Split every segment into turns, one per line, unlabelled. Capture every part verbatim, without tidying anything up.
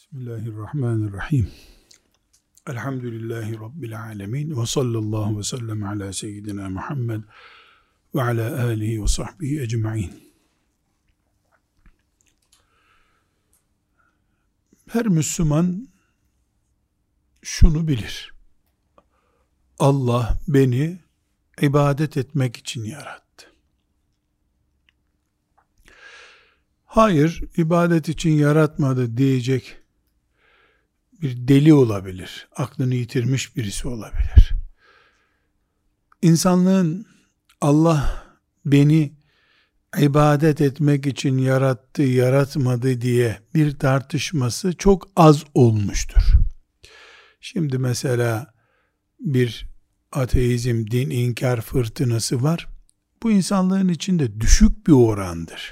Bismillahirrahmanirrahim. Elhamdülillahi Rabbil alemin. Ve sallallahu ve sellem ala seyyidina Muhammed ve ala alihi ve sahbihi ecma'in. Her Müslüman şunu bilir: Allah beni ibadet etmek için yarattı. Hayır, ibadet için yaratmadı diyecek bir deli olabilir. Aklını yitirmiş birisi olabilir. İnsanlığın Allah beni ibadet etmek için yarattı, yaratmadı diye bir tartışması çok az olmuştur. Şimdi mesela bir ateizm, din inkar fırtınası var. Bu insanlığın içinde düşük bir orandır.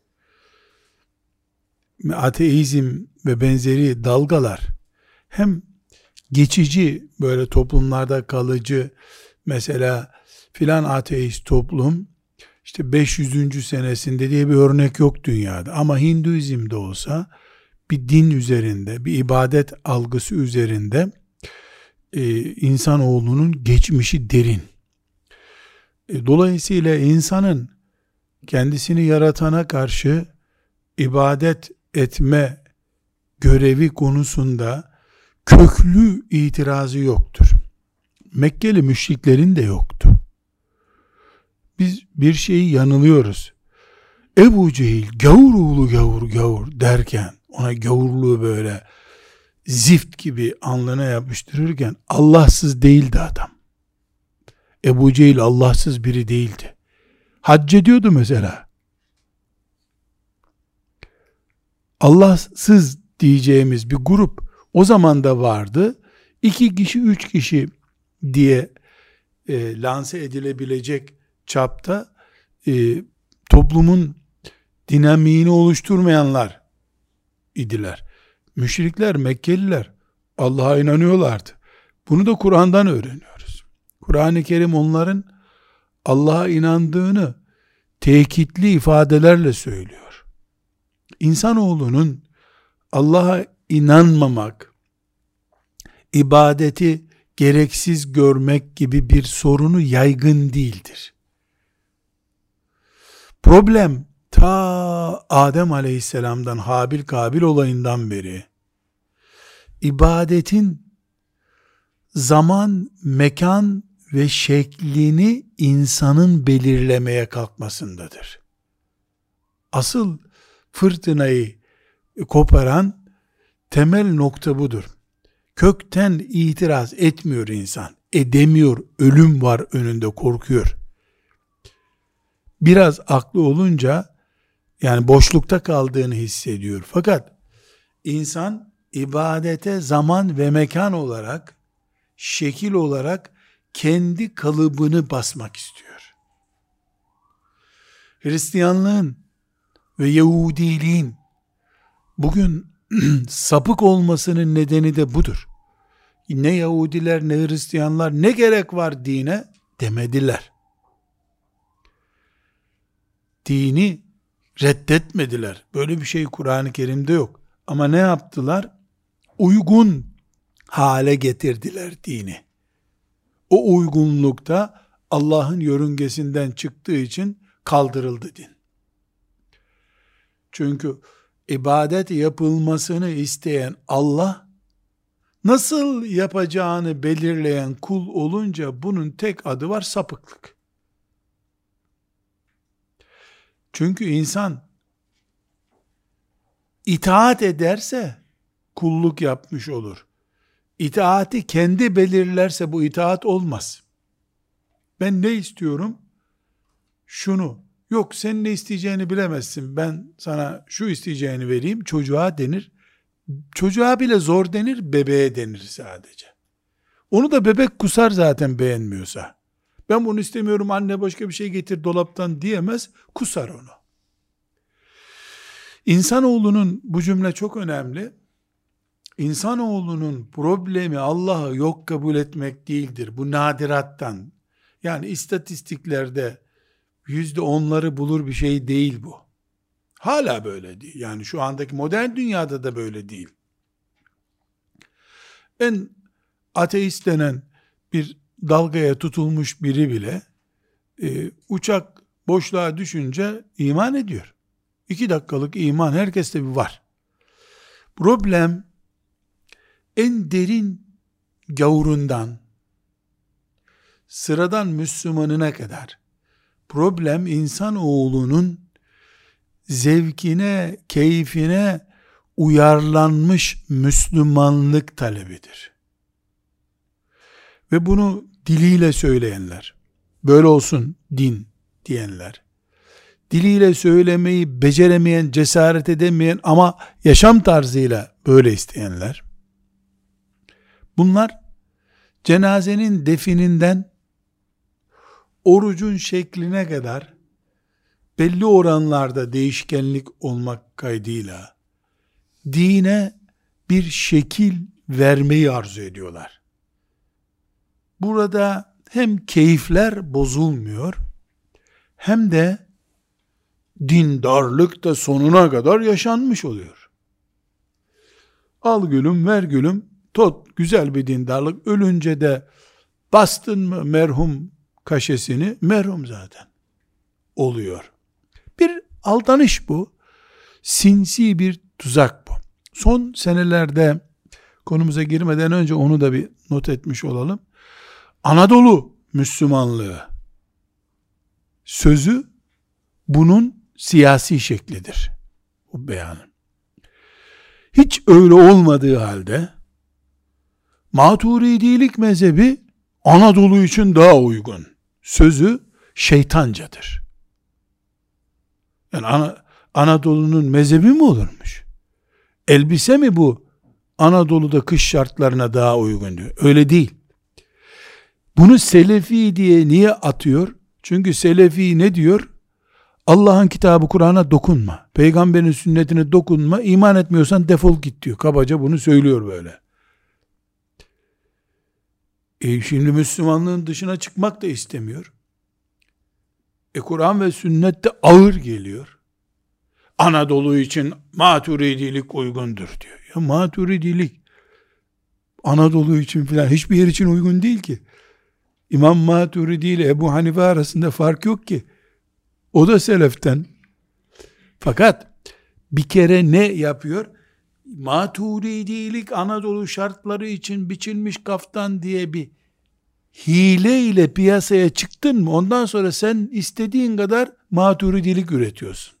Ateizm ve benzeri dalgalar hem geçici, böyle toplumlarda kalıcı, mesela filan ateist toplum işte beş yüzüncü senesinde diye bir örnek yok dünyada, ama Hinduizm'de olsa bir din üzerinde, bir ibadet algısı üzerinde e, insanoğlunun geçmişi derin. E, dolayısıyla insanın kendisini yaratana karşı ibadet etme görevi konusunda köklü itirazı yoktur. Mekkeli müşriklerin de yoktu. Biz bir şeyi yanılıyoruz. Ebu Cehil gavur oğlu gavur gavur derken, ona gavurluğu böyle zift gibi alnına yapıştırırken Allahsız değildi adam. Ebu Cehil Allahsız biri değildi. Hac ediyordu mesela. Allahsız diyeceğimiz bir grup o zaman da vardı. İki kişi, üç kişi diye e, lanse edilebilecek çapta e, toplumun dinamiğini oluşturmayanlar idiler. Müşrikler, Mekkeliler Allah'a inanıyorlardı. Bunu da Kur'an'dan öğreniyoruz. Kur'an-ı Kerim onların Allah'a inandığını tekitli ifadelerle söylüyor. İnsanoğlunun Allah'a inanmamak, ibadeti gereksiz görmek gibi bir sorunu yaygın değildir. Problem ta Adem Aleyhisselam'dan Habil Kabil olayından beri ibadetin zaman, mekan ve şeklini insanın belirlemeye kalkmasındadır. Asıl fırtınayı koparan temel nokta budur. Kökten itiraz etmiyor insan. Edemiyor. Ölüm var önünde, korkuyor. Biraz aklı olunca yani boşlukta kaldığını hissediyor. Fakat insan ibadete zaman ve mekan olarak, şekil olarak kendi kalıbını basmak istiyor. Hristiyanlığın ve Yahudiliğin bugün sapık olmasının nedeni de budur. Ne Yahudiler ne Hristiyanlar ne gerek var dine demediler. Dini reddetmediler. Böyle bir şey Kur'an-ı Kerim'de yok. Ama ne yaptılar? Uygun hale getirdiler dini. O uygunlukta Allah'ın yörüngesinden çıktığı için kaldırıldı din. Çünkü ibadet yapılmasını isteyen Allah, nasıl yapacağını belirleyen kul olunca bunun tek adı var: sapıklık. Çünkü insan itaat ederse kulluk yapmış olur. İtaati kendi belirlerse bu itaat olmaz. Ben ne istiyorum? Şunu. Yok, sen ne isteyeceğini bilemezsin. Ben sana şu isteyeceğini vereyim. Çocuğa denir. Çocuğa bile zor denir, bebeğe denir sadece. Onu da bebek kusar zaten beğenmiyorsa. Ben bunu istemiyorum, anne başka bir şey getir dolaptan diyemez, kusar onu. İnsanoğlunun, bu cümle çok önemli. İnsanoğlunun problemi Allah'ı yok kabul etmek değildir. Bu nadirattan. Yani istatistiklerde yüzde onları bulur bir şey değil bu. Hala böyle değil. Yani şu andaki modern dünyada da böyle değil. En ateist denen bir dalgaya tutulmuş biri bile e, uçak boşluğa düşünce iman ediyor. İki dakikalık iman herkeste bir var. Problem en derin gavurundan sıradan Müslümanına kadar, problem insanoğlunun zevkine, keyfine uyarlanmış Müslümanlık talebidir. Ve bunu diliyle söyleyenler, böyle olsun din diyenler, diliyle söylemeyi beceremeyen, cesaret edemeyen ama yaşam tarzıyla böyle isteyenler, bunlar cenazenin defininden orucun şekline kadar belli oranlarda değişkenlik olmak kaydıyla dine bir şekil vermeyi arzu ediyorlar. Burada hem keyifler bozulmuyor, hem de dindarlık da sonuna kadar yaşanmış oluyor. Al gülüm ver gülüm, tot güzel bir dindarlık, ölünce de bastın mı merhum kaşesini, merhum zaten oluyor. Bir aldanış bu, sinsi bir tuzak bu. Son senelerde, konumuza girmeden önce onu da bir not etmiş olalım. Anadolu Müslümanlığı sözü bunun siyasi şeklidir. Bu beyanın. Hiç öyle olmadığı halde Maturidilik mezhebi Anadolu için daha uygun sözü şeytancadır. Yani Ana, Anadolu'nun mezhebi mi olurmuş? Elbise mi bu Anadolu'da kış şartlarına daha uygun diyor. Öyle değil. Bunu Selefi diye niye atıyor? Çünkü Selefi ne diyor? Allah'ın kitabı Kur'an'a dokunma. Peygamberin sünnetine dokunma. İman etmiyorsan defol git diyor. Kabaca bunu söylüyor böyle. E şimdi Müslümanlığın dışına çıkmak da istemiyor. E Kur'an ve sünnet de ağır geliyor. Anadolu için Maturidilik uygundur diyor. Ya Maturidilik Anadolu için filan hiçbir yer için uygun değil ki. İmam Maturidi ile Ebu Hanife arasında fark yok ki. O da seleften. Fakat bir kere ne yapıyor? Maturidilik Anadolu şartları için biçilmiş kaftan diye bir hile ile piyasaya çıktın mı, ondan sonra sen istediğin kadar Maturidilik üretiyorsun.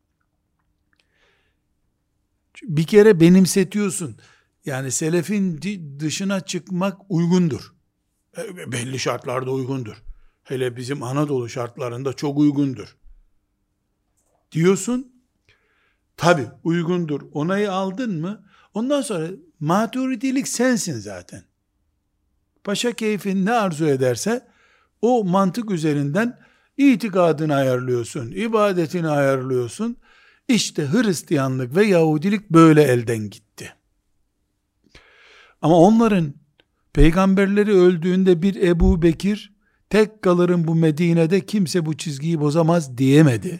Bir kere benimsetiyorsun. Yani selefin dışına çıkmak uygundur. E, belli şartlarda uygundur. Hele bizim Anadolu şartlarında çok uygundur diyorsun. Tabi uygundur. Onayı aldın mı? Ondan sonra Maturidilik sensin zaten. Paşa keyfin ne arzu ederse o mantık üzerinden itikadını ayarlıyorsun, ibadetini ayarlıyorsun. İşte Hristiyanlık ve Yahudilik böyle elden gitti. Ama onların peygamberleri öldüğünde bir Ebu Bekir, tek kalırım bu Medine'de, kimse bu çizgiyi bozamaz diyemedi.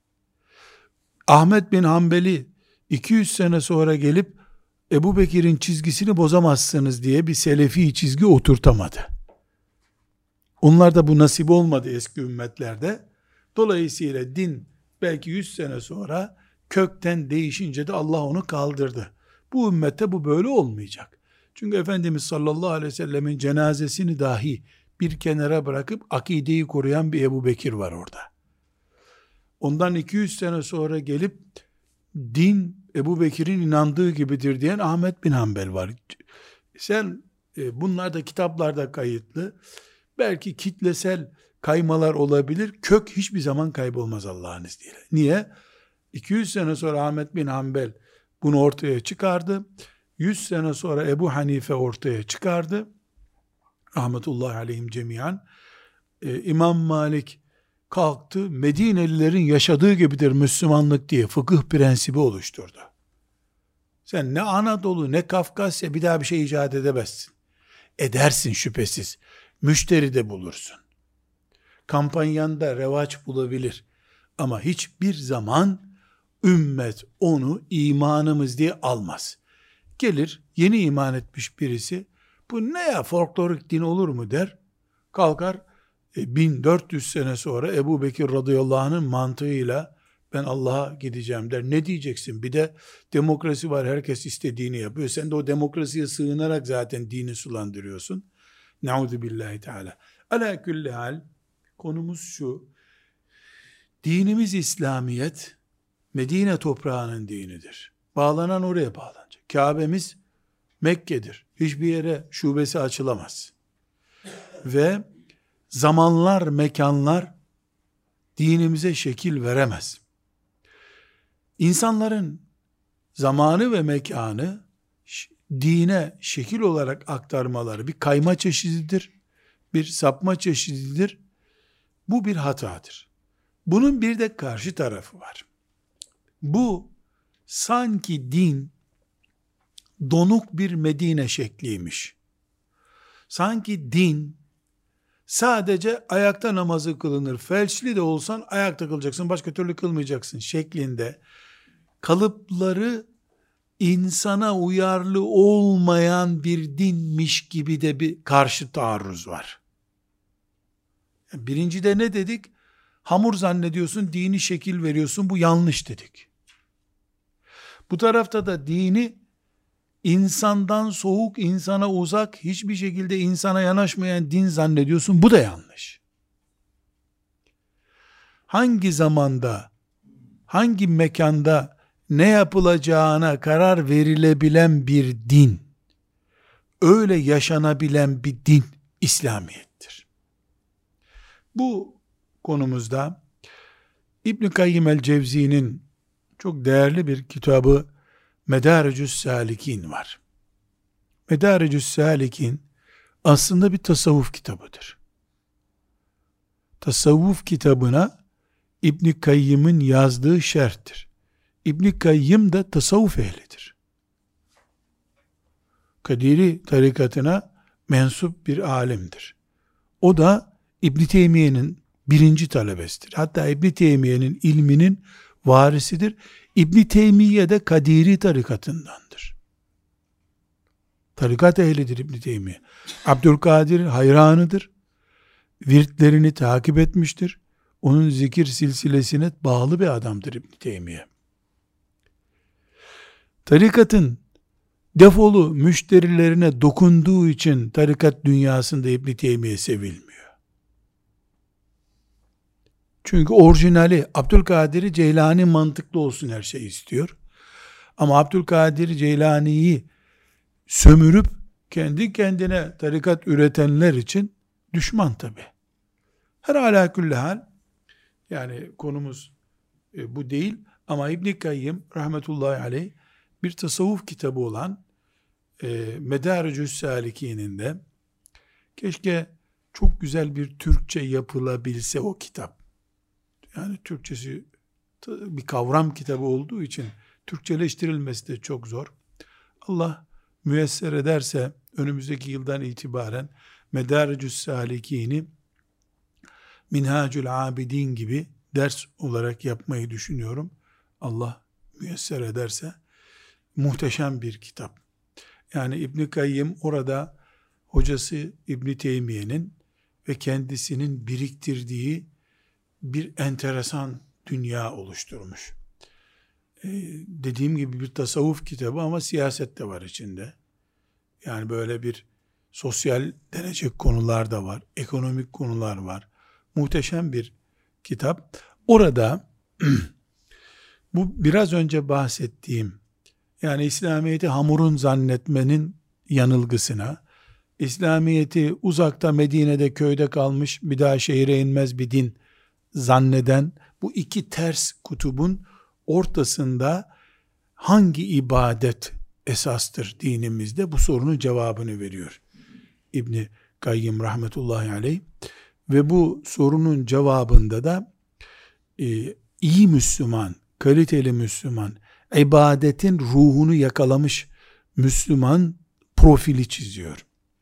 Ahmet bin Hanbeli iki yüz sene sonra gelip Ebu Bekir'in çizgisini bozamazsınız diye bir selefi çizgi oturtamadı. Onlarda bu nasip olmadı eski ümmetlerde. Dolayısıyla din belki yüz sene sonra kökten değişince de Allah onu kaldırdı. Bu ümmette bu böyle olmayacak. Çünkü Efendimiz sallallahu aleyhi ve sellemin cenazesini dahi bir kenara bırakıp akideyi koruyan bir Ebu Bekir var orada. Ondan iki yüz sene sonra gelip din Ebu Bekir'in inandığı gibidir diyen Ahmet bin Hanbel var. Sen e, bunlar da kitaplarda kayıtlı. Belki kitlesel kaymalar olabilir. Kök hiçbir zaman kaybolmaz Allah'ın izniyle. Niye? iki yüz sene sonra Ahmet bin Hanbel bunu ortaya çıkardı. yüz sene sonra Ebu Hanife ortaya çıkardı. Rahmetullahi aleyhim cemiyan. Ee, İmam Malik kalktı, Medinelilerin yaşadığı gibidir Müslümanlık diye fıkıh prensibi oluşturdu. Sen ne Anadolu ne Kafkasya bir daha bir şey icat edemezsin. Edersin şüphesiz. Müşteri de bulursun. Kampanyanda revaç bulabilir. Ama hiçbir zaman ümmet onu imanımız diye almaz. Gelir yeni iman etmiş birisi, bu ne ya, folklorik din olur mu der. Kalkar e, bin dört yüz sene sonra Ebu Bekir radıyallahu anh'ın mantığıyla ben Allah'a gideceğim der. Ne diyeceksin? Bir de demokrasi var, herkes istediğini yapıyor. Sen de o demokrasiye sığınarak zaten dini sulandırıyorsun. Nauzu billahi teala. Ala külli hal, konumuz şu: dinimiz İslamiyet, Medine toprağının dinidir. Bağlanan oraya bağlanacak. Kabe'miz Mekke'dir. Hiçbir yere şubesi açılamaz. Ve zamanlar, mekanlar dinimize şekil veremez. İnsanların zamanı ve mekanı dine şekil olarak aktarmaları bir kayma çeşididir, bir sapma çeşididir. Bu bir hatadır. Bunun bir de karşı tarafı var. Bu sanki din donuk bir Medine şekliymiş. Sanki din sadece ayakta namazı kılınır, felçli de olsan ayakta kılacaksın, başka türlü kılmayacaksın şeklinde kalıpları insana uyarlı olmayan bir dinmiş gibi de bir karşı taarruz var. Birincide ne dedik? Hamur zannediyorsun, dini şekil veriyorsun, bu yanlış dedik. Bu tarafta da dini insandan soğuk, insana uzak, hiçbir şekilde insana yanaşmayan din zannediyorsun, bu da yanlış. Hangi zamanda, hangi mekanda ne yapılacağına karar verilebilen bir din, öyle yaşanabilen bir din İslamiyettir. Bu konumuzda İbn Kayyim el-Cevzi'nin çok değerli bir kitabı Medarecü's Salikin var. Medarecü's Salikin aslında bir tasavvuf kitabıdır. Tasavvuf kitabına İbn Kayyim'in yazdığı şerhtir. İbn Kayyim de tasavvuf ehlidir. Kadiri tarikatına mensup bir alimdir. O da İbn Teymiye'nin birinci talebesidir. Hatta İbn Teymiye'nin ilminin varisidir. İbn Teymiye de Kadiri tarikatındandır. Tarikat ehlidir İbn Teymiye. Abdülkadir hayranıdır. Virtlerini takip etmiştir. Onun zikir silsilesine bağlı bir adamdır İbn Teymiye. Tarikatın defolu müşterilerine dokunduğu için tarikat dünyasında İbn Teymiye sevilmiyor. Çünkü orijinali Abdülkadir Ceylani mantıklı olsun her şey istiyor. Ama Abdülkadir Ceylani'yi sömürüp kendi kendine tarikat üretenler için düşman tabi. Her ala külli hal, yani konumuz e, bu değil ama İbn Kayyim rahmetullahi aleyh bir tasavvuf kitabı olan e, Medarecü's Salikin'in de keşke çok güzel bir Türkçe yapılabilse o kitap. Yani Türkçesi bir kavram kitabı olduğu için Türkçeleştirilmesi de çok zor. Allah müyesser ederse önümüzdeki yıldan itibaren Medarecü's Salikin'i Minhacül Abidin gibi ders olarak yapmayı düşünüyorum. Allah müyesser ederse muhteşem bir kitap. Yani İbn Kayyim orada hocası İbn Teymiye'nin ve kendisinin biriktirdiği bir enteresan dünya oluşturmuş. Ee, dediğim gibi bir tasavvuf kitabı ama siyaset de var içinde. Yani böyle bir sosyal denecek konular da var. Ekonomik konular var. Muhteşem bir kitap. Orada bu biraz önce bahsettiğim, yani İslamiyet'i hamurun zannetmenin yanılgısına, İslamiyet'i uzakta Medine'de köyde kalmış bir daha şehire inmez bir din zanneden bu iki ters kutubun ortasında hangi ibadet esastır dinimizde, bu sorunun cevabını veriyor İbn Kayyim rahmetullahi aleyh. Ve bu sorunun cevabında da e, iyi Müslüman, kaliteli Müslüman, ibadetin ruhunu yakalamış Müslüman profili çiziyor.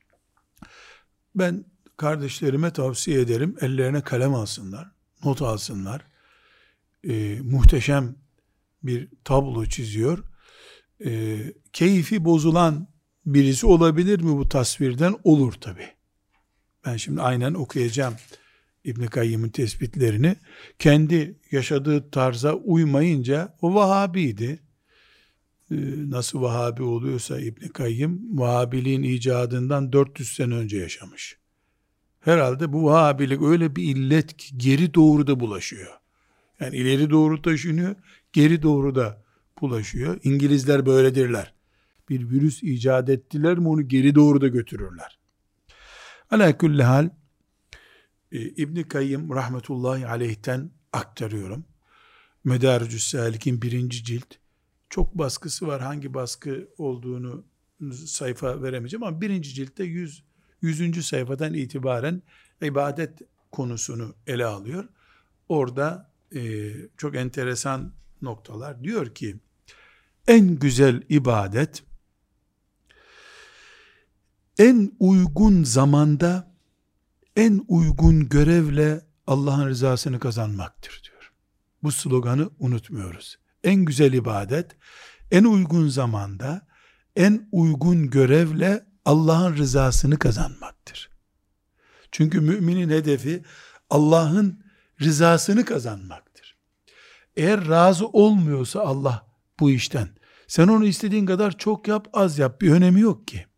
Ben kardeşlerime tavsiye ederim, ellerine kalem alsınlar, not alsınlar. E, muhteşem bir tablo çiziyor. e, keyfi bozulan birisi olabilir mi bu tasvirden? Olur tabi. Ben şimdi aynen okuyacağım İbn Kayyım'ın tespitlerini. Kendi yaşadığı tarza uymayınca o Vahabiydi. Ee, nasıl Vahabi oluyorsa İbn Kayyım, Vahabiliğin icadından dört yüz sene önce yaşamış. Herhalde bu Vahabilik öyle bir illet ki geri doğru da bulaşıyor. Yani ileri doğru taşınıyor, geri doğru da bulaşıyor. İngilizler böyledirler. Bir virüs icat ettiler mi onu geri doğru da götürürler. Ala kulli hal İbn Kayyım rahmetullahi aleyh'ten aktarıyorum. Medaricü's Salik'in birinci cilt. Çok baskısı var. Hangi baskı olduğunu sayfa veremeyeceğim ama birinci ciltte yüz, yüzüncü sayfadan itibaren ibadet konusunu ele alıyor. Orada e, çok enteresan noktalar. Diyor ki en güzel ibadet en uygun zamanda en uygun görevle Allah'ın rızasını kazanmaktır diyor. Bu sloganı unutmuyoruz. En güzel ibadet, en uygun zamanda, en uygun görevle Allah'ın rızasını kazanmaktır. Çünkü müminin hedefi Allah'ın rızasını kazanmaktır. Eğer razı olmuyorsa Allah bu işten, sen onu istediğin kadar çok yap, az yap, bir önemi yok ki.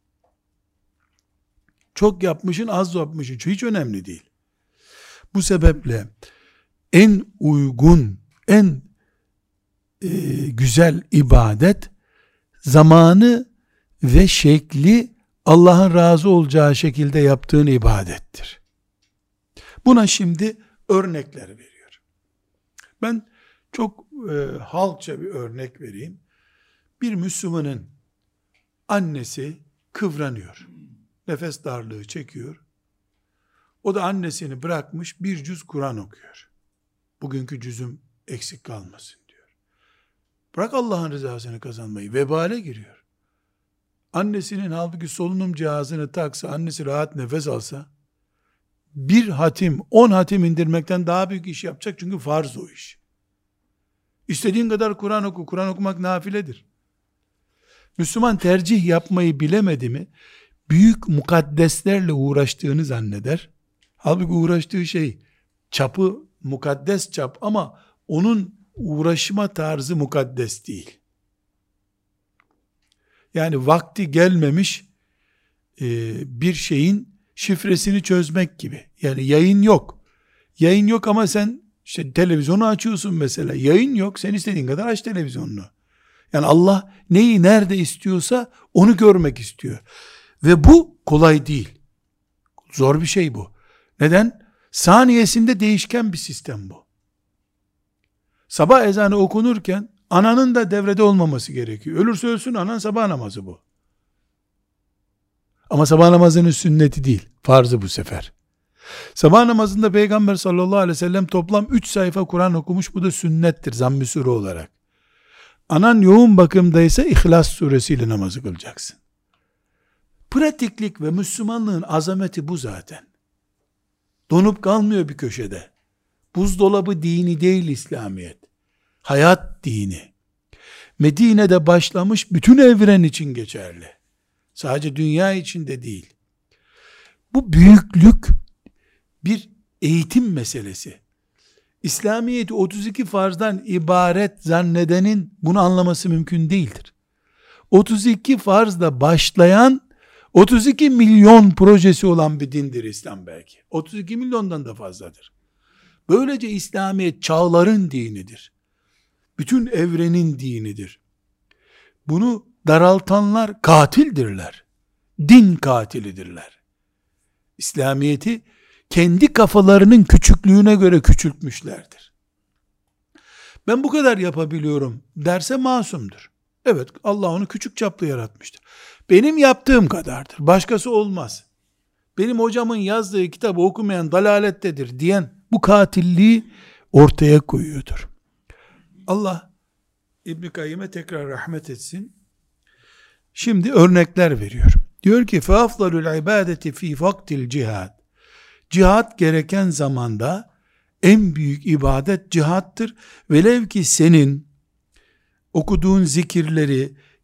Çok yapmışın, az yapmışın, hiç önemli değil. Bu sebeple en uygun, en e, güzel ibadet, zamanı ve şekli Allah'ın razı olacağı şekilde yaptığın ibadettir. Buna şimdi örnekler veriyor. Ben çok e, halkça bir örnek vereyim. Bir Müslümanın annesi kıvranıyor. Nefes darlığı çekiyor. O da annesini bırakmış bir cüz Kur'an okuyor. Bugünkü cüzüm eksik kalmasın diyor. Bırak Allah'ın rızasını kazanmayı, vebale giriyor. Annesinin halbuki solunum cihazını taksa, annesi rahat nefes alsa, bir hatim, on hatim indirmekten daha büyük iş yapacak çünkü farz o iş. İstediğin kadar Kur'an oku, Kur'an okumak nafiledir. Müslüman tercih yapmayı bilemedi mi, büyük mukaddeslerle uğraştığını zanneder. Halbuki uğraştığı şey çapı mukaddes çap ama onun uğraşma tarzı mukaddes değil. Yani vakti gelmemiş e, bir şeyin şifresini çözmek gibi. Yani yayın yok. Yayın yok ama sen işte televizyonu açıyorsun mesela. Yayın yok. Sen istediğin kadar aç televizyonunu. Yani Allah neyi nerede istiyorsa onu görmek istiyor. Ve bu kolay değil. Zor bir şey bu. Neden? Saniyesinde değişken bir sistem bu. Sabah ezanı okunurken ananın da devrede olmaması gerekiyor. Ölürse ölsün anan, sabah namazı bu. Ama sabah namazının sünneti değil, farzı bu sefer. Sabah namazında Peygamber sallallahu aleyhi ve sellem toplam üç sayfa Kur'an okumuş, bu da sünnettir zamm-ı sure olarak. Anan yoğun bakımdaysa İhlas suresiyle namazı kılacaksın. Pratiklik ve Müslümanlığın azameti bu zaten. Donup kalmıyor bir köşede. Buzdolabı dini değil İslamiyet. Hayat dini. Medine'de başlamış, bütün evren için geçerli. Sadece dünya için de değil. Bu büyüklük bir eğitim meselesi. İslamiyet'i otuz iki farzdan ibaret zannedenin bunu anlaması mümkün değildir. otuz iki farzla başlayan otuz iki milyon projesi olan bir dindir İslam belki. otuz iki milyondan da fazladır. Böylece İslamiyet çağların dinidir. Bütün evrenin dinidir. Bunu daraltanlar katildirler. Din katilidirler. İslamiyet'i kendi kafalarının küçüklüğüne göre küçültmüşlerdir. Ben bu kadar yapabiliyorum derse masumdur. Evet, Allah onu küçük çaplı yaratmıştır. Benim yaptığım kadardır. Başkası olmaz. Benim hocamın yazdığı kitabı okumayan dalalettedir diyen bu katilliği ortaya koyuyordur. Allah İbn Kayyım'e tekrar rahmet etsin. Şimdi örnekler veriyor. Diyor ki فَاَفْضَلُ الْعِبَادَةِ ف۪ي وَقْتِ الْجِهَادِ Cihat gereken zamanda en büyük ibadet cihattır. Velev ki senin okuduğun zikirleri,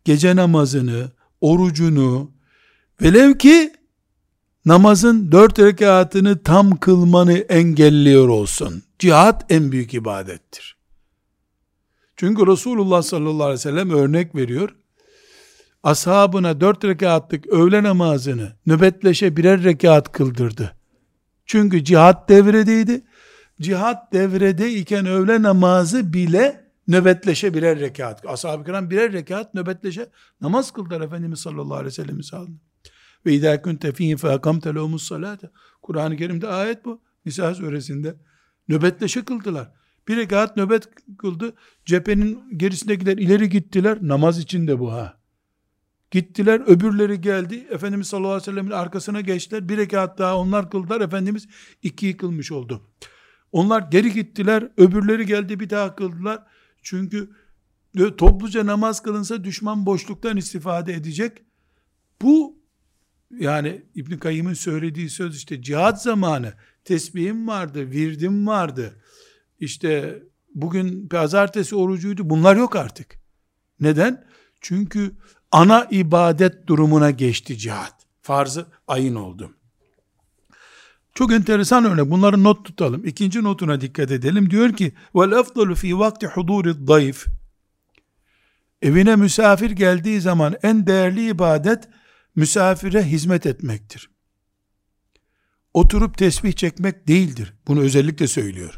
gece namazını, orucunu, velev ki namazın dört rekatını tam kılmanı engelliyor olsun. Cihat en büyük ibadettir. Çünkü Resulullah sallallahu aleyhi ve sellem örnek veriyor. Ashabına dört rekatlık öğle namazını nöbetleşe birer rekat kıldırdı. Çünkü cihat devredeydi. Cihat devredeyken öğle namazı bile nöbetleşe birer rekat. Ashab-ı kiram birer rekat nöbetleşe namaz kıldılar Efendimiz sallallahu aleyhi ve sellem misalında. Ve idâ kunte fîhim fe akamte lehumus salâte. Kur'an-ı Kerim'de ayet bu. Nisa suresinde nöbetleşe kıldılar. Bir rekat nöbet kıldı. Cephenin gerisindekiler ileri gittiler. Namaz için de bu ha. Gittiler, öbürleri geldi. Efendimiz sallallahu aleyhi ve sellem'in arkasına geçtiler. Bir rekat daha onlar kıldılar. Efendimiz ikiyi kılmış oldu. Onlar geri gittiler. Öbürleri geldi, bir daha kıldılar. Çünkü topluca namaz kılınsa düşman boşluktan istifade edecek. Bu yani İbn Kayyım'ın söylediği söz, işte cihat zamanı tesbihim vardı, virdim vardı. İşte bugün pazartesi orucuydu. Bunlar yok artık. Neden? Çünkü ana ibadet durumuna geçti cihat. Farz-ı ayın oldu. Çok enteresan örnek. Bunları not tutalım. İkinci notuna dikkat edelim. Diyor ki vel efdalu fi vakti huduri'd dayf. Evine misafir geldiği zaman en değerli ibadet misafire hizmet etmektir. Oturup tesbih çekmek değildir. Bunu özellikle söylüyor.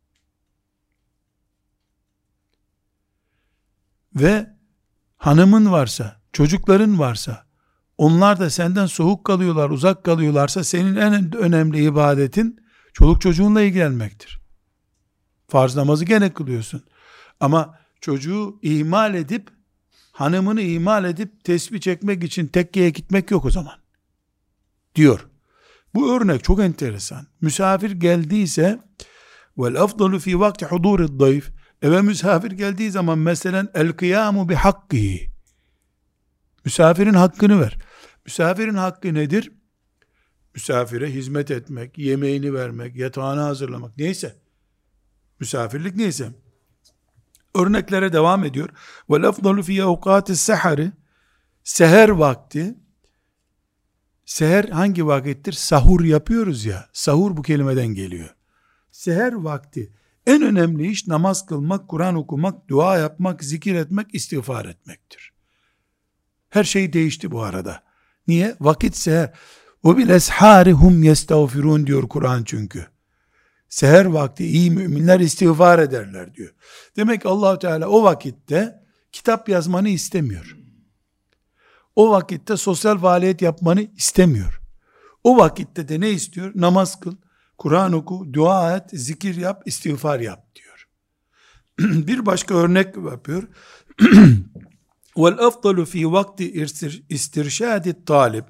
Ve hanımın varsa, çocukların varsa, onlar da senden soğuk kalıyorlar, uzak kalıyorlarsa senin en önemli ibadetin çoluk çocuğunla ilgilenmektir. Farz namazı gene kılıyorsun. Ama çocuğu ihmal edip, hanımını ihmal edip tesbih çekmek için tekkeye gitmek yok o zaman. Diyor. Bu örnek çok enteresan. Misafir geldiyse vel afdalu fi vakti huduri'd dayf. Eve misafir geldiği zaman mesela el kıyamu bi hakkihi. Misafirin hakkını ver. Misafirin hakkı nedir? Misafire hizmet etmek, yemeğini vermek, yatağını hazırlamak, neyse. Misafirlik neyse. Örneklere devam ediyor. Vel afdalu fi avqatis sehari. Seher vakti. Seher hangi vakittir? Sahur yapıyoruz ya. Sahur bu kelimeden geliyor. Seher vakti. En önemli iş namaz kılmak, Kur'an okumak, dua yapmak, zikir etmek, istiğfar etmektir. Her şey değişti bu arada. Niye? Vakit seher. O bil eshari hum yestağfirun diyor Kur'an çünkü. Seher vakti iyi müminler istiğfar ederler diyor. Demek ki Allah Teala o vakitte kitap yazmanı istemiyor. O vakitte sosyal faaliyet yapmanı istemiyor. O vakitte de ne istiyor? Namaz kıl, Kur'an oku, dua et, zikir yap, istiğfar yap diyor. Bir başka örnek yapıyor. Vel afdalu fi vakti istirşadi talib.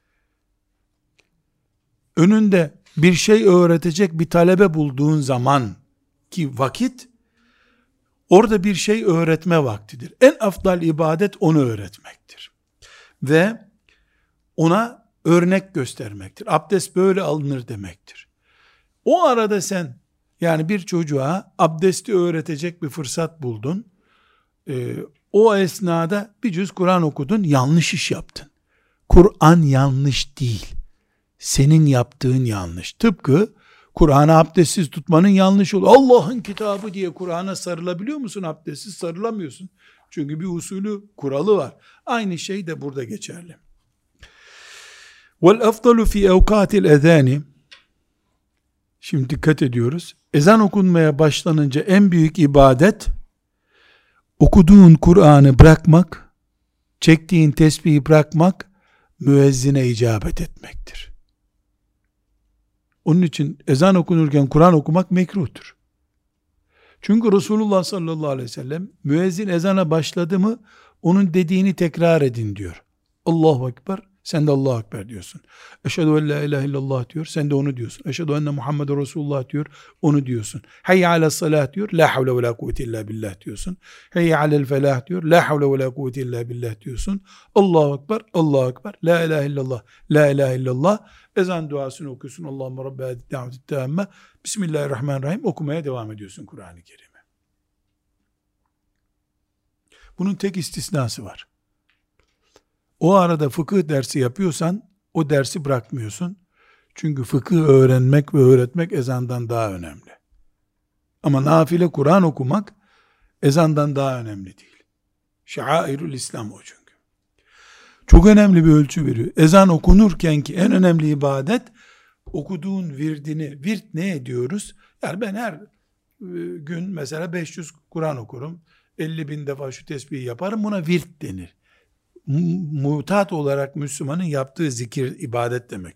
Önünde bir şey öğretecek bir talebe bulduğun zaman ki vakit, orada bir şey öğretme vaktidir. En afdal ibadet onu öğretmektir. Ve ona örnek göstermektir. Abdest böyle alınır demektir. O arada sen, yani bir çocuğa abdesti öğretecek bir fırsat buldun. Ee, o esnada bir cüz Kur'an okudun, yanlış iş yaptın. Kur'an yanlış değil. Senin yaptığın yanlış. Tıpkı Kur'an'ı abdestsiz tutmanın yanlış olur. Allah'ın kitabı diye Kur'an'a sarılabiliyor musun? Abdestsiz sarılamıyorsun. Çünkü bir usulü, kuralı var. Aynı şey de burada geçerli. Vel efdalu fi evkatil ezani. Şimdi dikkat ediyoruz. Ezan okunmaya başlanınca en büyük ibadet okuduğun Kur'an'ı bırakmak, çektiğin tesbihi bırakmak, müezzine icabet etmektir. Onun için ezan okunurken Kur'an okumak mekruhtur. Çünkü Resulullah sallallahu aleyhi ve sellem müezzin ezana başladı mı onun dediğini tekrar edin diyor. Allahu Ekber, sen de Allahu Ekber diyorsun. Eşhedü en la ilahe illallah diyor, sen de onu diyorsun. Eşhedü enne Muhammeden Resulullah diyor, onu diyorsun. Hayye alel salah diyor, la havle ve la kuvvete illa billah diyorsun. Hayye alel felah diyor, la havle ve la kuvvete illa billah diyorsun. Allahu Ekber, Allahu Ekber, la ilahe illallah, la ilahe illallah. Ezan duasını okuyorsun. Allahümme Rabbi hadid da'veti tâmme. Bismillahirrahmanirrahim okumaya devam ediyorsun Kur'an-ı Kerim'i. Bunun tek istisnası var. O arada fıkıh dersi yapıyorsan o dersi bırakmıyorsun. Çünkü fıkıh öğrenmek ve öğretmek ezandan daha önemli. Ama nafile Kur'an okumak ezandan daha önemli değil. Şairül İslam o çünkü. Çok önemli bir ölçü veriyor. Ezan okunurken ki en önemli ibadet, okuduğun virdini, virt ne ediyoruz? Yani ben her gün mesela beş yüz Kur'an okurum, elli bin defa şu tesbihi yaparım, buna virt denir. Mutat olarak Müslümanın yaptığı zikir, ibadet demek.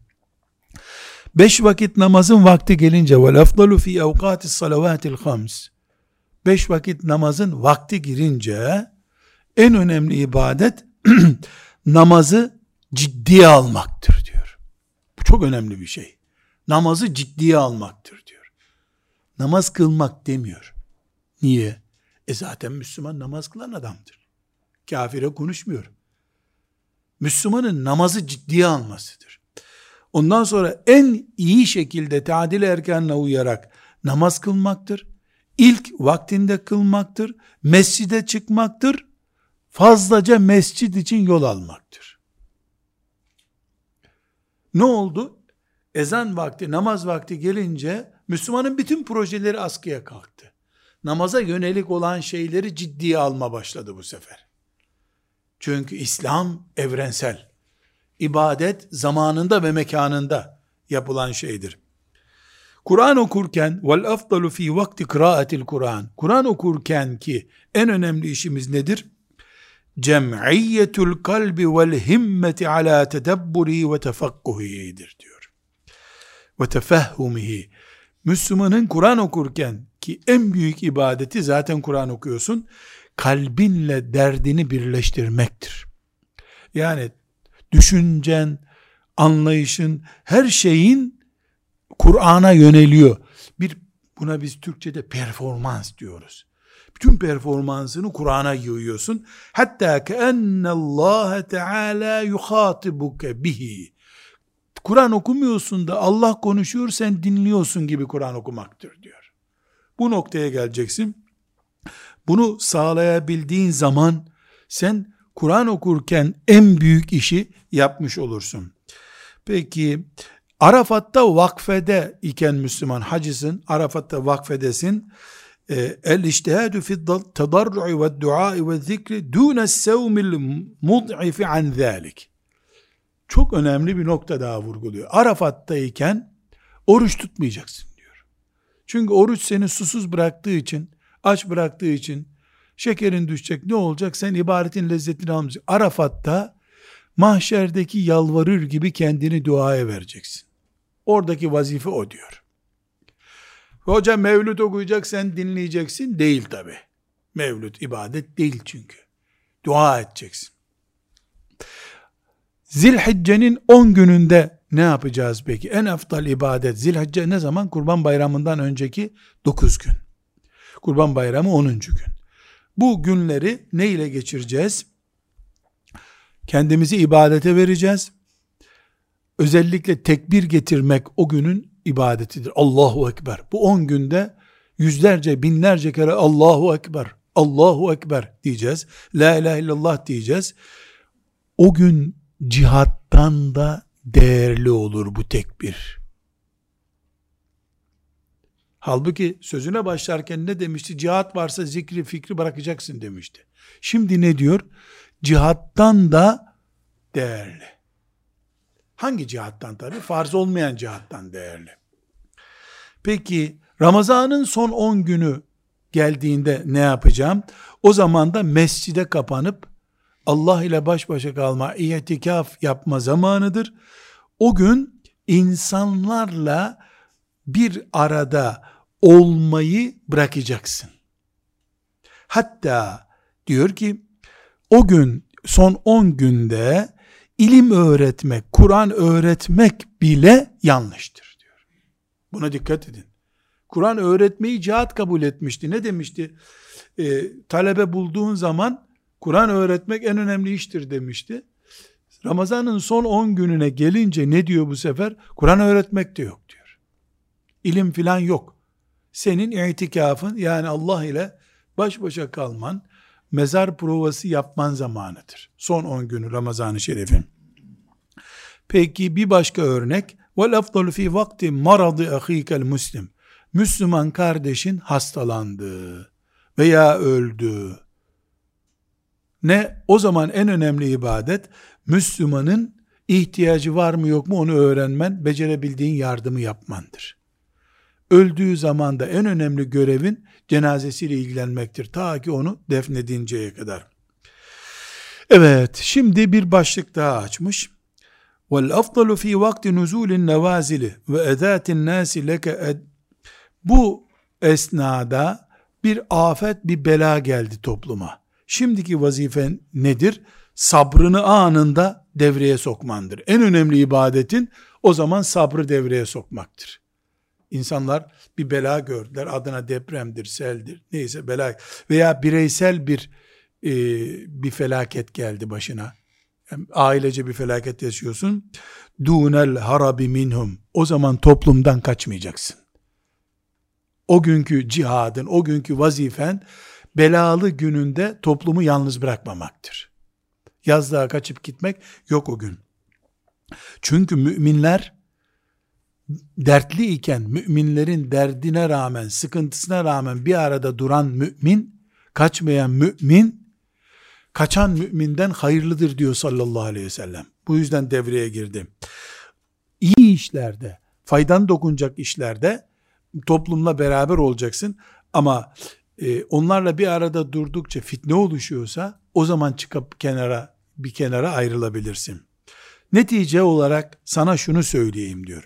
Beş vakit namazın vakti gelince وَالْاَفْضَلُ ف۪ي اَوْقَاتِ الصَّلَوَاتِ الْخَمْسِ Beş vakit namazın vakti girince en önemli ibadet namazı ciddiye almaktır diyor. Bu çok önemli bir şey. Namazı ciddiye almaktır diyor. Namaz kılmak demiyor. Niye? E zaten Müslüman namaz kılan adamdır. Kafire konuşmuyor. Müslümanın namazı ciddiye almasıdır. Ondan sonra en iyi şekilde tadil erkanına uyarak namaz kılmaktır. İlk vaktinde kılmaktır. Mescide çıkmaktır. Fazlaca mescid için yol almaktır. Ne oldu? Ezan vakti, namaz vakti gelince Müslümanın bütün projeleri askıya kalktı. Namaza yönelik olan şeyleri ciddiye alma başladı bu sefer. Çünkü İslam evrensel. İbadet zamanında ve mekanında yapılan şeydir. Kur'an okurken vel afdalu fi vakti kıraatil Kur'an. Kur'an okurken ki en önemli işimiz nedir? Cem'iyyetul kalbi vel himmeti ala tedebburi ve tefakkuhidir diyor. Ve tefehhumihi. Müslümanın Kur'an okurken ki en büyük ibadeti, zaten Kur'an okuyorsun, kalbinle derdini birleştirmektir. Yani düşüncen, anlayışın, her şeyin Kur'an'a yöneliyor. Bir, buna biz Türkçe'de performans diyoruz. Bütün performansını Kur'an'a yığıyorsun. Hatta keennallâhe teâlâ yuhâtibuke bihi. Kur'an okumuyorsun da Allah konuşuyor, sen dinliyorsun gibi Kur'an okumaktır diyor. Bu noktaya geleceksin. Bunu sağlayabildiğin zaman sen Kur'an okurken en büyük işi yapmış olursun. Peki Arafat'ta vakfede iken Müslüman, hacısın, Arafat'ta vakfedesin. El iştihadu fi tedarru'i ve duai ve zikri dûnes sevmil mud'ifi an zâlik. Çok önemli bir nokta daha vurguluyor. Arafat'tayken oruç tutmayacaksın diyor. Çünkü oruç seni susuz bıraktığı için, aç bıraktığı için şekerin düşecek, ne olacak? Sen ibadetin lezzetini almayacaksın. Arafat'ta mahşerdeki yalvarır gibi kendini duaya vereceksin. Oradaki vazife o diyor. Hoca mevlüt okuyacak, sen dinleyeceksin. Değil tabi. Mevlüt ibadet değil çünkü. Dua edeceksin. Zilhicce'nin on gününde ne yapacağız peki? En eftal ibadet. Zilhicce ne zaman? Kurban Bayramı'ndan önceki dokuz gün. Kurban Bayramı onuncu gün. Bu günleri ne ile geçireceğiz? Kendimizi ibadete vereceğiz. Özellikle tekbir getirmek o günün ibadetidir. Allahu Ekber. Bu on günde yüzlerce, binlerce kere Allahu Ekber, Allahu Ekber diyeceğiz. La ilahe illallah diyeceğiz. O gün cihattan da değerli olur bu tekbir. Halbuki sözüne başlarken ne demişti? Cihat varsa zikri fikri bırakacaksın demişti. Şimdi ne diyor? Cihattan da değerli. Hangi cihattan tabii? Farz olmayan cihattan değerli. Peki Ramazan'ın son on günü geldiğinde ne yapacağım? O zaman da mescide kapanıp Allah ile baş başa kalma, itikaf yapma zamanıdır. O gün insanlarla bir arada olmayı bırakacaksın. Hatta diyor ki o gün son on günde ilim öğretmek, Kur'an öğretmek bile yanlıştır diyor. Buna dikkat edin. Kur'an öğretmeyi cihat kabul etmişti. Ne demişti? E, talebe bulduğun zaman Kur'an öğretmek en önemli iştir demişti. Ramazan'ın son on gününe gelince ne diyor bu sefer? Kur'an öğretmek de yok diyor. İlim filan yok. Senin itikafın, yani Allah ile baş başa kalman, mezar provası yapman zamanıdır. Son on günü Ramazan-ı Şerif'in. Peki bir başka örnek. وَالْاَفْضَلُ ف۪ي وَقْتِ مَرَضِ اَخ۪يكَ الْمُسْلِمِ Müslüman kardeşin hastalandı veya öldü. Ne? O zaman en önemli ibadet, Müslümanın ihtiyacı var mı yok mu onu öğrenmen, becerebildiğin yardımı yapmandır. Öldüğü zaman da en önemli görevin cenazesiyle ilgilenmektir. Ta ki onu defnedinceye kadar. Evet, şimdi bir başlık daha açmış. وَالْاَفْضَلُ ف۪ي وَقْتِ نُزُولِ النَّوَازِلِ وَاَذَاتِ النَّاسِ لَكَ Bu esnada bir afet, bir bela geldi topluma. Şimdiki vazifen nedir? Sabrını anında devreye sokmandır. En önemli ibadetin o zaman sabrı devreye sokmaktır. İnsanlar bir bela gördüler, adına depremdir, seldir, neyse bela veya bireysel bir e, bir felaket geldi başına. Yani ailece bir felaket yaşıyorsun. Dunel harabi minhum. O zaman toplumdan kaçmayacaksın. O günkü cihadın, o günkü vazifen belalı gününde toplumu yalnız bırakmamaktır. Yazlığa kaçıp gitmek yok o gün. Çünkü müminler dertli iken, müminlerin derdine rağmen, sıkıntısına rağmen bir arada duran mümin, kaçmayan mümin, kaçan müminden hayırlıdır diyor sallallahu aleyhi ve sellem. Bu yüzden devreye girdi. İyi işlerde, faydan dokunacak işlerde toplumla beraber olacaksın. Ama e, onlarla bir arada durdukça fitne oluşuyorsa o zaman çıkıp kenara, bir kenara ayrılabilirsin. Netice olarak sana şunu söyleyeyim diyor.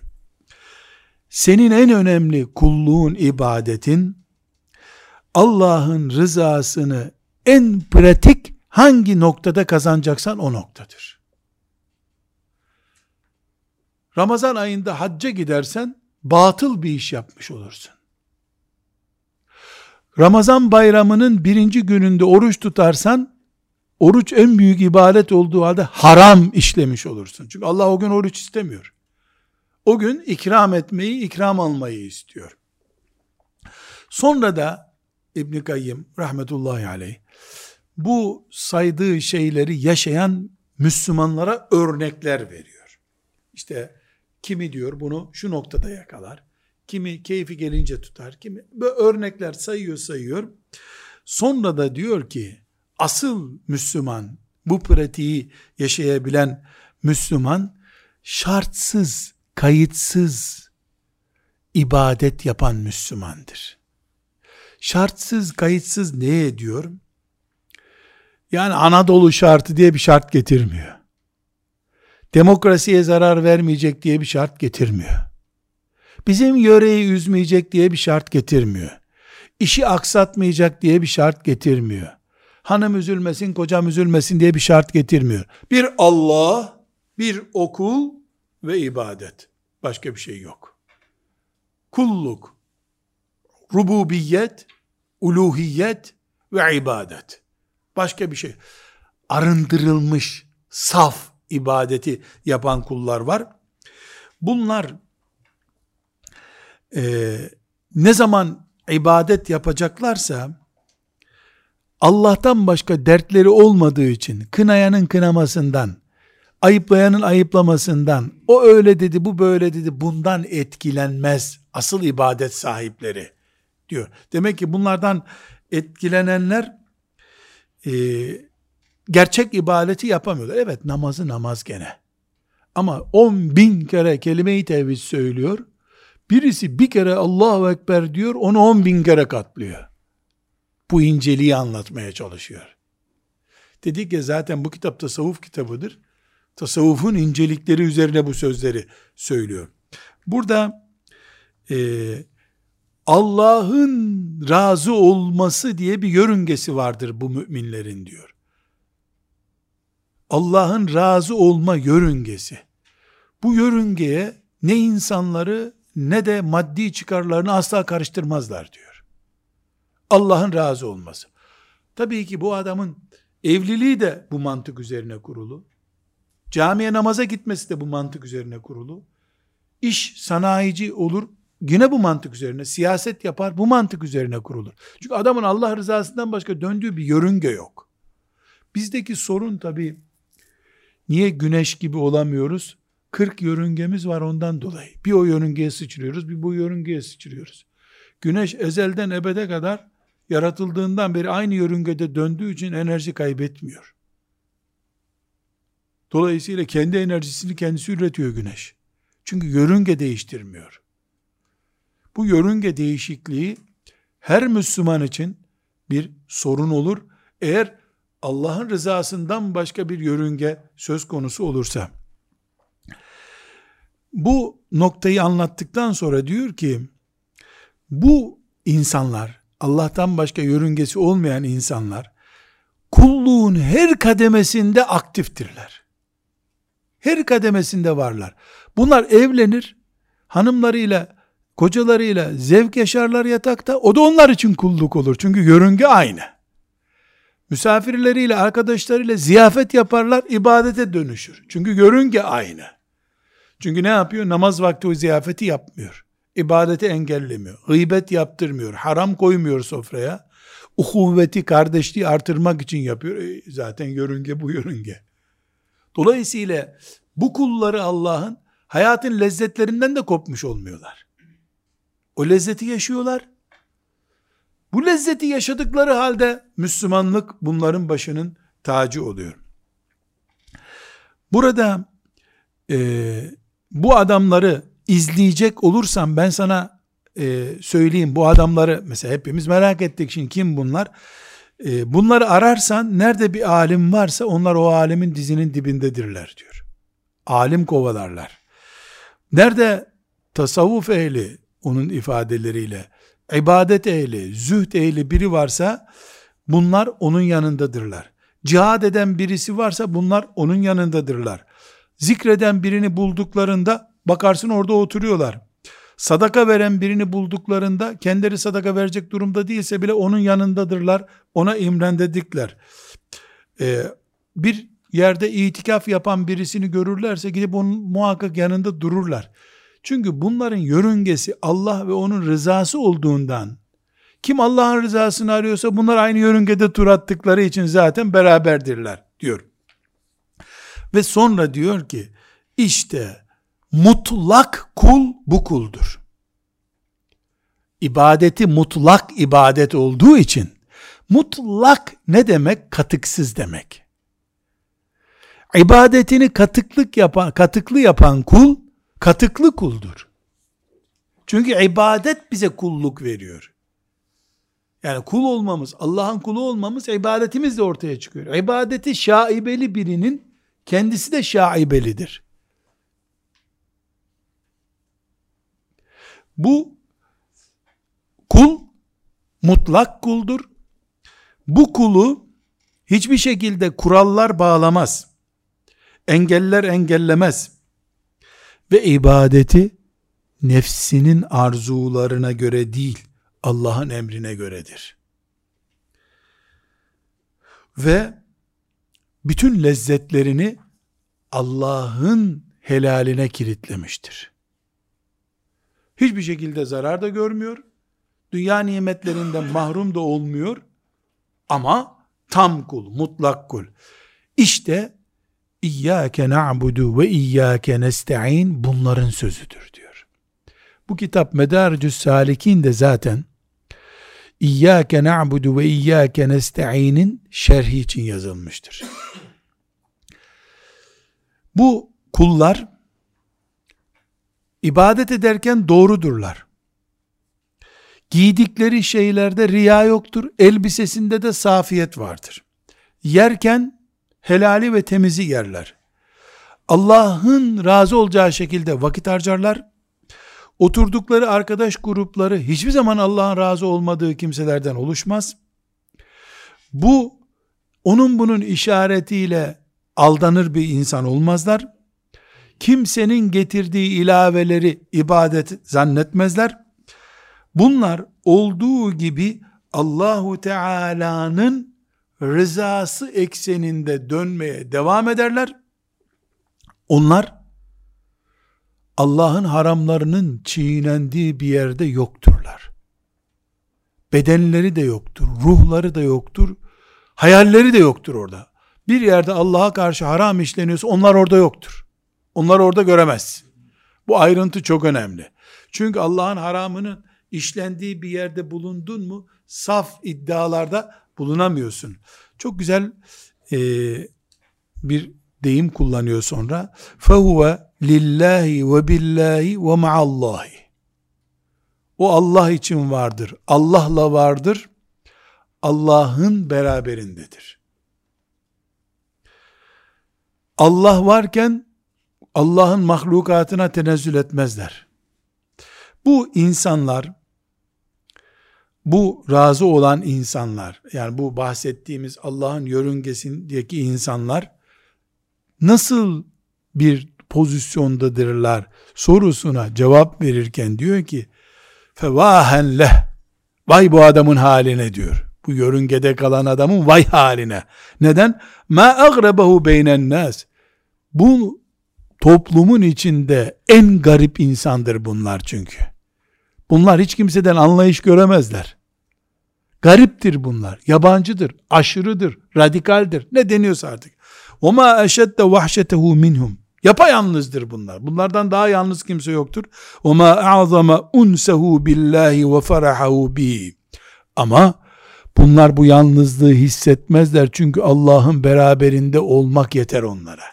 Senin en önemli kulluğun, ibadetin Allah'ın rızasını en pratik hangi noktada kazanacaksan o noktadır. Ramazan ayında hacca gidersen batıl bir iş yapmış olursun. Ramazan bayramının birinci gününde oruç tutarsan, oruç en büyük ibadet olduğu halde haram işlemiş olursun. Çünkü Allah o gün oruç istemiyor. O gün ikram etmeyi, ikram almayı istiyor. Sonra da İbn-i Kayyım rahmetullahi aleyh bu saydığı şeyleri yaşayan Müslümanlara örnekler veriyor. İşte kimi diyor bunu şu noktada yakalar, kimi keyfi gelince tutar, kimi böyle örnekler sayıyor sayıyor. Sonra da diyor ki asıl Müslüman, bu pratiği yaşayabilen Müslüman şartsız, kayıtsız ibadet yapan Müslümandır. Şartsız, kayıtsız ne ediyor? Yani Anadolu şartı diye bir şart getirmiyor. Demokrasiye zarar vermeyecek diye bir şart getirmiyor. Bizim yöreyi üzmeyecek diye bir şart getirmiyor. İşi aksatmayacak diye bir şart getirmiyor. Hanım üzülmesin, kocam üzülmesin diye bir şart getirmiyor. Bir Allah, bir okul ve ibadet. Başka bir şey yok. Kulluk, rububiyet, uluhiyet ve ibadet. Başka bir şey. Arındırılmış, saf ibadeti yapan kullar var. Bunlar e, ne zaman ibadet yapacaklarsa Allah'tan başka dertleri olmadığı için kınayanın kınamasından, ayıplayanın ayıplamasından, o öyle dedi, bu böyle dedi, bundan etkilenmez asıl ibadet sahipleri diyor. Demek ki bunlardan etkilenenler e, gerçek ibadeti yapamıyorlar. Evet, namazı namaz gene. Ama on bin kere kelime-i tevhid söylüyor. Birisi bir kere Allahu Ekber diyor, onu on bin kere katlıyor. Bu inceliği anlatmaya çalışıyor. Dedik ya zaten bu kitap tasavvuf kitabıdır. Tasavvufun incelikleri üzerine bu sözleri söylüyor. Burada e, Allah'ın razı olması diye bir yörüngesi vardır bu müminlerin diyor. Allah'ın razı olma yörüngesi. Bu yörüngeye ne insanları ne de maddi çıkarlarını asla karıştırmazlar diyor. Allah'ın razı olması. Tabii ki bu adamın evliliği de bu mantık üzerine kurulu. Camiye namaza gitmesi de bu mantık üzerine kurulu. İş sanayici olur, yine bu mantık üzerine, siyaset yapar, bu mantık üzerine kurulur. Çünkü adamın Allah rızasından başka döndüğü bir yörünge yok. Bizdeki sorun tabii, niye güneş gibi olamıyoruz? kırk yörüngemiz var ondan dolayı. Bir o yörüngeye sıçrıyoruz, bir bu yörüngeye sıçrıyoruz. Güneş ezelden ebede kadar yaratıldığından beri aynı yörüngede döndüğü için enerji kaybetmiyor. Dolayısıyla kendi enerjisini kendisi üretiyor güneş. Çünkü yörünge değiştirmiyor. Bu yörünge değişikliği her Müslüman için bir sorun olur. Eğer Allah'ın rızasından başka bir yörünge söz konusu olursa. Bu noktayı anlattıktan sonra diyor ki, bu insanlar, Allah'tan başka yörüngesi olmayan insanlar, kulluğun her kademesinde aktiftirler. Her kademesinde varlar. Bunlar evlenir, hanımlarıyla, kocalarıyla zevk yaşarlar yatakta, o da onlar için kulluk olur. Çünkü yörünge aynı. Misafirleriyle, arkadaşlarıyla ziyafet yaparlar, ibadete dönüşür. Çünkü yörünge aynı. Çünkü ne yapıyor? Namaz vakti o ziyafeti yapmıyor. İbadeti engellemiyor. Gıybet yaptırmıyor. Haram koymuyor sofraya. Uhuvveti, kardeşliği artırmak için yapıyor. E, zaten yörünge bu yörünge. Dolayısıyla bu kulları Allah'ın hayatın lezzetlerinden de kopmuş olmuyorlar. O lezzeti yaşıyorlar. Bu lezzeti yaşadıkları halde Müslümanlık bunların başının tacı oluyor. Burada e, bu adamları izleyecek olursam ben sana e, söyleyeyim, bu adamları mesela hepimiz merak ettik, şimdi kim bunlar? E, bunları ararsan nerede bir alim varsa onlar o alimin dizinin dibindedirler diyor. Alim kovalarlar. Nerede tasavvuf ehli, onun ifadeleriyle ibadet ehli, zühd ehli biri varsa bunlar onun yanındadırlar. Cihad eden birisi varsa bunlar onun yanındadırlar. Zikreden birini bulduklarında bakarsın orada oturuyorlar. Sadaka veren birini bulduklarında kendileri sadaka verecek durumda değilse bile onun yanındadırlar. Ona imrendedikler. Ee, bir yerde itikaf yapan birisini görürlerse gidip onun muhakkak yanında dururlar. Çünkü bunların yörüngesi Allah ve onun rızası olduğundan, kim Allah'ın rızasını arıyorsa bunlar aynı yörüngede tur attıkları için zaten beraberdirler diyor. Ve sonra diyor ki, işte mutlak kul bu kuldur. İbadeti mutlak ibadet olduğu için, mutlak ne demek? Katıksız demek. İbadetini katıklık yapan, katıklı yapan kul, katıklı kuldur. Çünkü ibadet bize kulluk veriyor. Yani kul olmamız, Allah'ın kulu olmamız ibadetimizle ortaya çıkıyor. İbadeti şaibeli birinin kendisi de şaibelidir. Bu kul mutlak kuldur. Bu kulu hiçbir şekilde kurallar bağlamaz. Engeller engellemez. Ve ibadeti nefsinin arzularına göre değil, Allah'ın emrine göredir. Ve bütün lezzetlerini Allah'ın helaline kilitlemiştir. Hiçbir şekilde zarar da görmüyor. Dünya nimetlerinden mahrum da olmuyor. Ama tam kul, mutlak kul. İşte İyyâke na'budu ve iyyâke nesta'in bunların sözüdür diyor. Bu kitap Medarecü's Sâlikîn de zaten İyyâke na'budu ve iyyâke nesta'inin şerhi için yazılmıştır. Bu kullar ibadet ederken doğrudurlar. Giydikleri şeylerde riya yoktur. Elbisesinde de safiyet vardır. Yerken helali ve temizi yerler. Allah'ın razı olacağı şekilde vakit harcarlar. Oturdukları arkadaş grupları hiçbir zaman Allah'ın razı olmadığı kimselerden oluşmaz. Bu, onun bunun işaretiyle aldanır bir insan olmazlar. Kimsenin getirdiği ilaveleri ibadet zannetmezler. Bunlar olduğu gibi Allahu Teala'nın rızası ekseninde dönmeye devam ederler. Onlar Allah'ın haramlarının çiğnendiği bir yerde yokturlar. Bedenleri de yoktur, ruhları da yoktur, hayalleri de yoktur orada. Bir yerde Allah'a karşı haram işleniyorsa onlar orada yoktur. Onları orada göremezsin. Bu ayrıntı çok önemli. Çünkü Allah'ın haramının işlendiği bir yerde bulundun mu, saf iddialarda bulunamıyorsun. Çok güzel e, bir deyim kullanıyor sonra. فَهُوَ لِلّٰهِ وَبِاللّٰهِ وَمَعَ. O Allah için vardır. Allah'la vardır. Allah'ın beraberindedir. Allah varken Allah'ın mahlukatına tenezzül etmezler. Bu insanlar, bu razı olan insanlar, yani bu bahsettiğimiz Allah'ın yörüngesindeki insanlar nasıl bir pozisyondadırlar sorusuna cevap verirken diyor ki fevahen leh, vay bu adamın haline diyor. Bu yörüngede kalan adamın vay haline. Neden? Ma agrebehu beynen nas. Bu toplumun içinde en garip insandır bunlar çünkü. Bunlar hiç kimseden anlayış göremezler. Gariptir bunlar. Yabancıdır, aşırıdır, radikaldir. Ne deniyorsa artık. وَمَا أَشَدَّ وَحْشَتَهُ مِنْهُمْ. Yapayalnızdır bunlar. Bunlardan daha yalnız kimse yoktur. وَمَا أَعْظَمَ اُنْسَهُ بِاللّٰهِ وَفَرَحَهُ بِهِ. Ama bunlar bu yalnızlığı hissetmezler. Çünkü Allah'ın beraberinde olmak yeter onlara.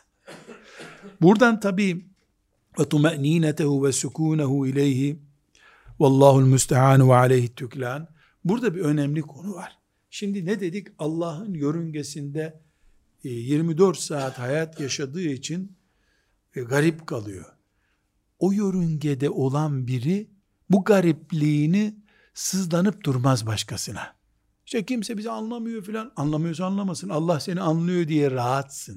Buradan tabi وَتُمَأْنِينَتَهُ وَسُكُونَهُ اِلَيْهِ وَاللّٰهُ الْمُسْتَعَانُ وَعَلَيْهِ التُّكْلَانِ. Burada bir önemli konu var. Şimdi ne dedik? Allah'ın yörüngesinde yirmi dört saat hayat yaşadığı için garip kalıyor. O yörüngede olan biri bu garipliğini sızlanıp durmaz başkasına. İşte kimse bizi anlamıyor filan. Anlamıyorsa anlamasın. Allah seni anlıyor diye rahatsın.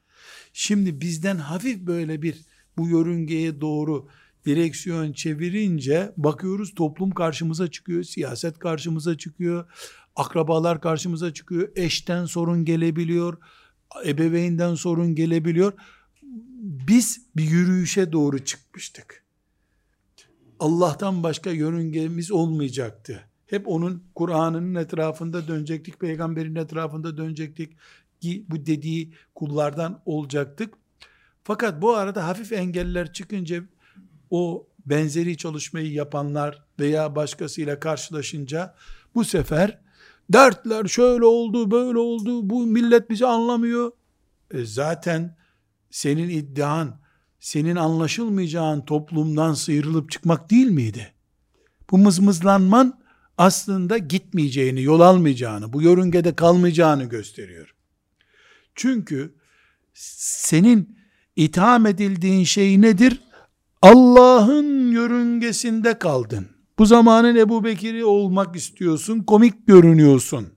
Şimdi bizden hafif böyle bir bu yörüngeye doğru direksiyon çevirince bakıyoruz toplum karşımıza çıkıyor, siyaset karşımıza çıkıyor, akrabalar karşımıza çıkıyor, eşten sorun gelebiliyor, ebeveynden sorun gelebiliyor. Biz bir yürüyüşe doğru çıkmıştık. Allah'tan başka yörüngemiz olmayacaktı. Hep onun Kur'an'ının etrafında dönecektik, peygamberin etrafında dönecektik. Bu dediği kullardan olacaktık. Fakat bu arada hafif engeller çıkınca o benzeri çalışmayı yapanlar veya başkasıyla karşılaşınca bu sefer dertler şöyle oldu, böyle oldu, bu millet bizi anlamıyor. E zaten senin iddian, senin anlaşılmayacağın toplumdan sıyrılıp çıkmak değil miydi? Bu mızmızlanman aslında gitmeyeceğini, yol almayacağını, bu yörüngede kalmayacağını gösteriyor. Çünkü senin itham edildiğin şey nedir? Allah'ın yörüngesinde kaldın. Bu zamanın Ebu Bekir'i olmak istiyorsun, komik görünüyorsun.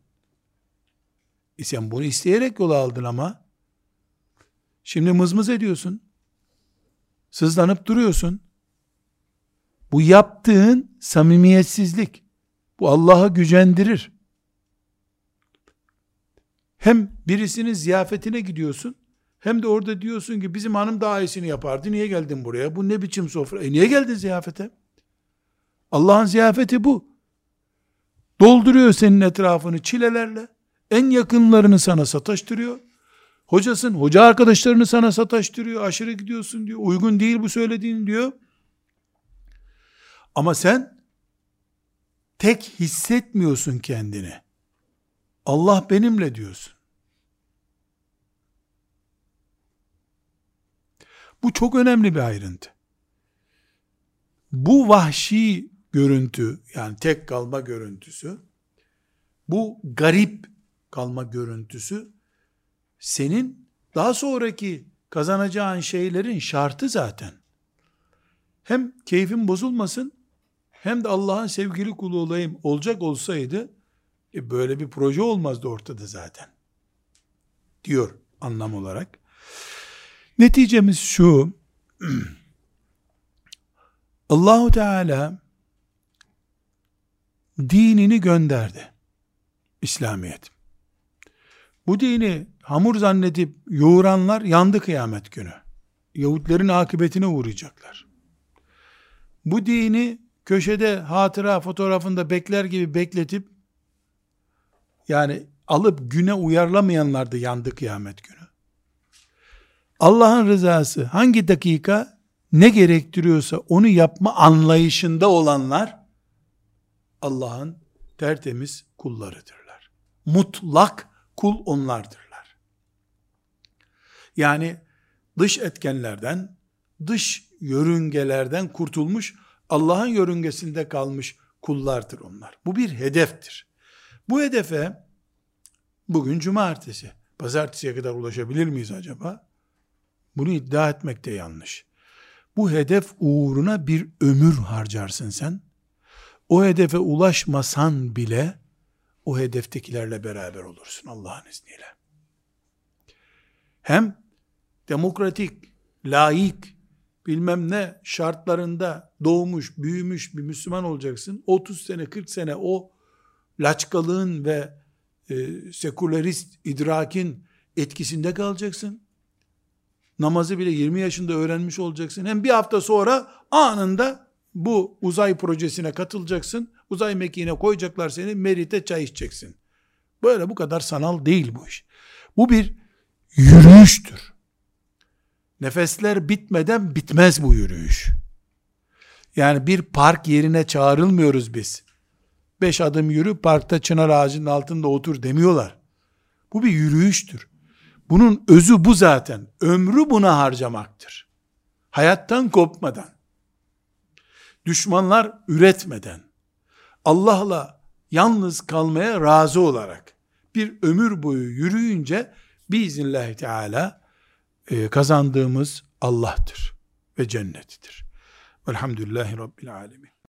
E sen bunu isteyerek yol aldın ama. Şimdi mızmız ediyorsun. Sızlanıp duruyorsun. Bu yaptığın samimiyetsizlik. Bu Allah'ı gücendirir. Hem birisinin ziyafetine gidiyorsun, hem de orada diyorsun ki bizim hanım daha iyisini yapardı. Niye geldin buraya? Bu ne biçim sofra? E niye geldin ziyafete? Allah'ın ziyafeti bu. Dolduruyor senin etrafını çilelerle. En yakınlarını sana sataştırıyor. Hocasın, hoca arkadaşlarını sana sataştırıyor. Aşırı gidiyorsun diyor. Uygun değil bu söylediğin diyor. Ama sen tek hissetmiyorsun kendini. Allah benimle diyorsun. Bu çok önemli bir ayrıntı. Bu vahşi görüntü, yani tek kalma görüntüsü, bu garip kalma görüntüsü, senin daha sonraki kazanacağın şeylerin şartı zaten. Hem keyfin bozulmasın, hem de Allah'ın sevgili kulu olayım olacak olsaydı, e böyle bir proje olmazdı ortada zaten. Diyor anlam olarak. Neticemiz şu, Allahu Teala dinini gönderdi. İslamiyet. Bu dini hamur zannedip yoğuranlar yandı kıyamet günü. Yahudilerin akıbetine uğrayacaklar. bu dini köşede hatıra fotoğrafında bekler gibi bekletip, yani alıp güne uyarlamayanlar da yandı kıyamet günü. Allah'ın rızası hangi dakika ne gerektiriyorsa onu yapma anlayışında olanlar Allah'ın tertemiz kullarıdırlar. Mutlak kul onlardırlar. Yani dış etkenlerden, dış yörüngelerden kurtulmuş, Allah'ın yörüngesinde kalmış kullardır onlar. Bu bir hedeftir. Bu hedefe bugün cumartesi, pazartesiye kadar ulaşabilir miyiz acaba? Bunu iddia etmek de yanlış. Bu hedef uğruna bir ömür harcarsın sen. O hedefe ulaşmasan bile o hedeftekilerle beraber olursun Allah'ın izniyle. Hem demokratik, laik, bilmem ne şartlarında doğmuş, büyümüş bir Müslüman olacaksın. otuz sene, kırk sene o laçkalığın ve e, sekülerist idrakin etkisinde kalacaksın. Namazı bile yirmi yaşında öğrenmiş olacaksın. Hem bir hafta sonra anında bu uzay projesine katılacaksın. Uzay mekiğine koyacaklar seni, Merit'e çay içeceksin. Böyle bu kadar sanal değil bu iş. Bu bir yürüyüştür. Nefesler bitmeden bitmez bu yürüyüş. Yani bir park yerine çağrılmıyoruz biz. Beş adım yürü, parkta çınar ağacının altında otur demiyorlar. Bu bir yürüyüştür. Bunun özü bu zaten. Ömrü buna harcamaktır. Hayattan kopmadan, düşmanlar üretmeden, Allah'la yalnız kalmaya razı olarak bir ömür boyu yürüyünce biiznillahü teala e, kazandığımız Allah'tır ve cennetidir. Velhamdülillahi Rabbil alemin.